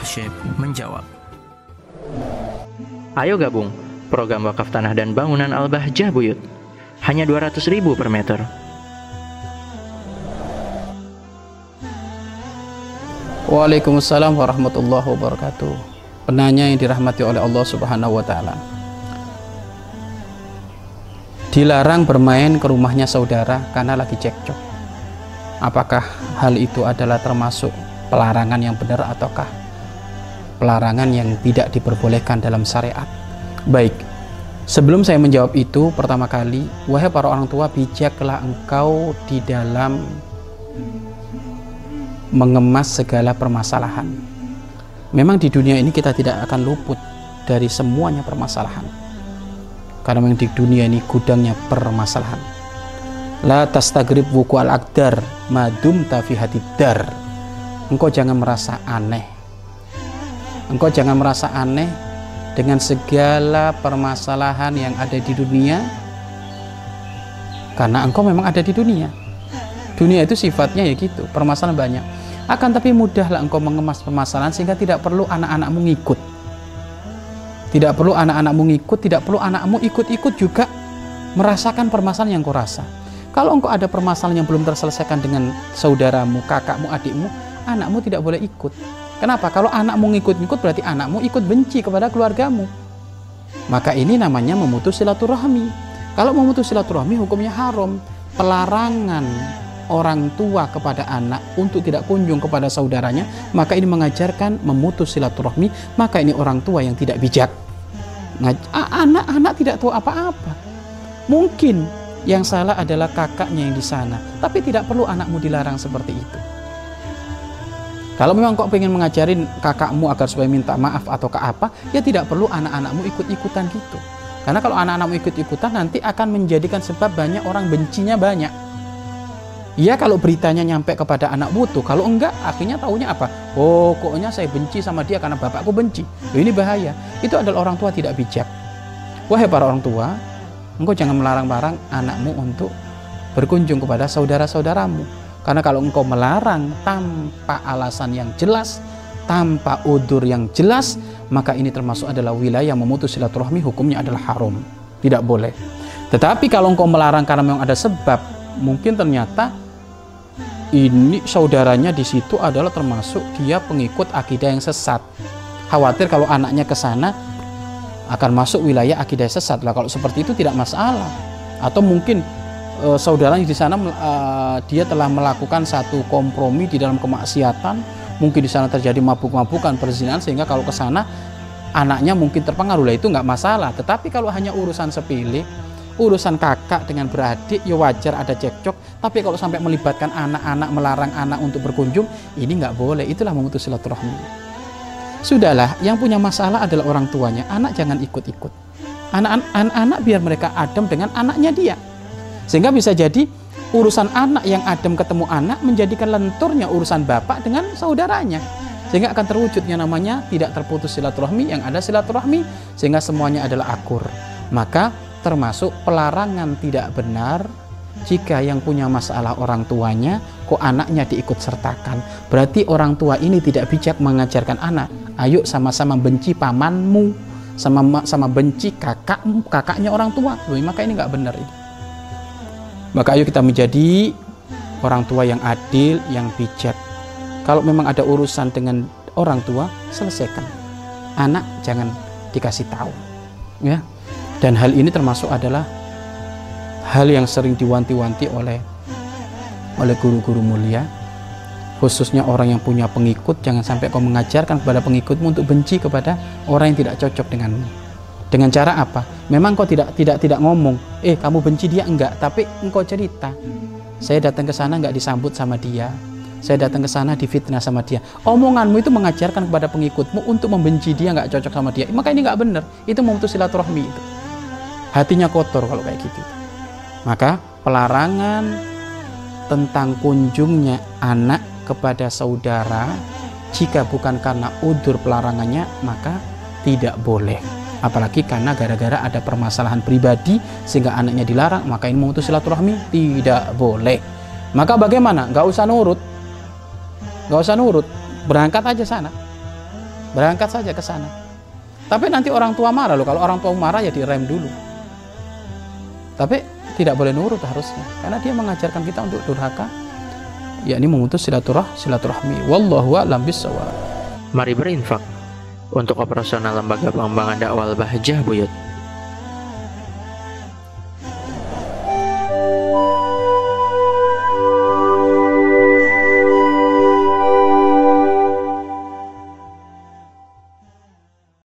Syekh menjawab. Ayo gabung program wakaf tanah dan bangunan Al-Bahjah Buyut. Hanya 200.000 per meter. Waalaikumsalam warahmatullahi wabarakatuh. Penanya yang dirahmati oleh Allah Subhanahu wa taala. Dilarang bermain ke rumahnya saudara karena lagi cekcok. Apakah hal itu adalah termasuk pelarangan yang benar ataukah pelarangan yang tidak diperbolehkan dalam syariat? Baik, sebelum saya menjawab itu, pertama kali, wahai para orang tua, bijaklah engkau di dalam mengemas segala permasalahan. Memang di dunia ini kita tidak akan luput dari semuanya permasalahan, karena memang di dunia ini gudangnya permasalahan. La tastagrib wuku al-aqdar madum tafi hatidar. Engkau jangan merasa aneh. Engkau jangan merasa aneh dengan segala permasalahan yang ada di dunia, karena engkau memang ada di dunia. Dunia itu sifatnya ya gitu, permasalahan banyak. Akan tapi mudahlah engkau mengemas permasalahan sehingga tidak perlu anak-anakmu ngikut. Tidak perlu anak-anakmu ngikut, tidak perlu anakmu ikut-ikut juga merasakan permasalahan yang kau rasa. Kalau engkau ada permasalahan yang belum terselesaikan dengan saudaramu, kakakmu, adikmu, anakmu tidak boleh ikut. Kenapa? Kalau anakmu ngikut-ngikut berarti anakmu ikut benci kepada keluargamu. Maka ini namanya memutus silaturahmi. Kalau memutus silaturahmi hukumnya haram. Pelarangan orang tua kepada anak untuk tidak kunjung kepada saudaranya, maka ini mengajarkan memutus silaturahmi. Maka ini orang tua yang tidak bijak. Anak-anak tidak tahu apa-apa. Mungkin yang salah adalah kakaknya yang di sana, tapi tidak perlu anakmu dilarang seperti itu. Kalau memang kau pengen mengajarin kakakmu agar supaya minta maaf atau ke apa, ya tidak perlu anak-anakmu ikut-ikutan gitu. Karena kalau anak-anakmu ikut-ikutan nanti akan menjadikan sebab banyak orang bencinya banyak. Ya kalau beritanya nyampe kepada anak butuh, kalau enggak akhirnya taunya apa? Oh, pokoknya saya benci sama dia karena bapakku benci. Ini bahaya. Itu adalah orang tua tidak bijak. Wahai para orang tua, engkau jangan melarang-larang anakmu untuk berkunjung kepada saudara-saudaramu. Karena kalau engkau melarang tanpa alasan yang jelas, tanpa udzur yang jelas, maka ini termasuk adalah wilayah memutus silaturahmi, hukumnya adalah haram. Tidak boleh. Tetapi kalau engkau melarang karena memang ada sebab, mungkin ternyata ini saudaranya di situ adalah termasuk dia pengikut akidah yang sesat. Khawatir kalau anaknya ke sana akan masuk wilayah akidah sesat. Lah kalau seperti itu tidak masalah. Atau mungkin saudaranya di sana dia telah melakukan satu kompromi di dalam kemaksiatan, mungkin di sana terjadi mabuk-mabukan, perzinahan, sehingga kalau ke sana anaknya mungkin terpengaruh. Lah itu nggak masalah. Tetapi kalau hanya urusan sepele, urusan kakak dengan beradik, ya wajar ada cekcok. Tapi kalau sampai melibatkan anak-anak, melarang anak untuk berkunjung, ini nggak boleh. Itulah memutus silaturahmi. Sudahlah, yang punya masalah adalah orang tuanya. Anak jangan ikut-ikut. Anak-anak biar mereka adem dengan anaknya dia. Sehingga bisa jadi urusan anak yang adem ketemu anak menjadikan lenturnya urusan bapak dengan saudaranya. Sehingga akan terwujudnya namanya tidak terputus silaturahmi, yang ada silaturahmi, sehingga semuanya adalah akur. Maka termasuk pelarangan tidak benar jika yang punya masalah orang tuanya kok anaknya diikut sertakan. Berarti orang tua ini tidak bijak mengajarkan anak, ayo sama-sama benci pamanmu, sama benci kakaknya orang tua. Maka ini nggak benar ini. Maka ayo kita menjadi orang tua yang adil, yang bijak. Kalau memang ada urusan dengan orang tua, selesaikan. Anak jangan dikasih tahu, ya. Dan hal ini termasuk adalah hal yang sering diwanti-wanti oleh guru-guru mulia, khususnya orang yang punya pengikut. Jangan sampai kau mengajarkan kepada pengikutmu untuk benci kepada orang yang tidak cocok denganmu. Dengan cara apa? Memang kau tidak ngomong, kamu benci dia, enggak, tapi engkau cerita. Saya datang ke sana enggak disambut sama dia. Saya datang ke sana difitnah sama dia. Omonganmu itu mengajarkan kepada pengikutmu untuk membenci dia, enggak cocok sama dia. Maka ini enggak benar. Itu memutus silaturahmi itu. Hatinya kotor kalau kayak gitu. Maka pelarangan tentang kunjungnya anak kepada saudara, jika bukan karena udzur pelarangannya, maka tidak boleh. Apalagi karena gara-gara ada permasalahan pribadi sehingga anaknya dilarang, maka ini memutus silaturahmi, tidak boleh. Maka bagaimana? Nggak usah nurut, berangkat aja sana. berangkat saja ke sana. Tapi nanti orang tua marah loh. Kalau orang tua marah ya direm dulu. Tapi tidak boleh nurut harusnya, karena dia mengajarkan kita untuk durhaka, yakni memutus silaturahmi. Wallahu a'lam bishawab. Mari berinfak untuk operasional lembaga pengembangan dakwah Al-Bahjah Buyut.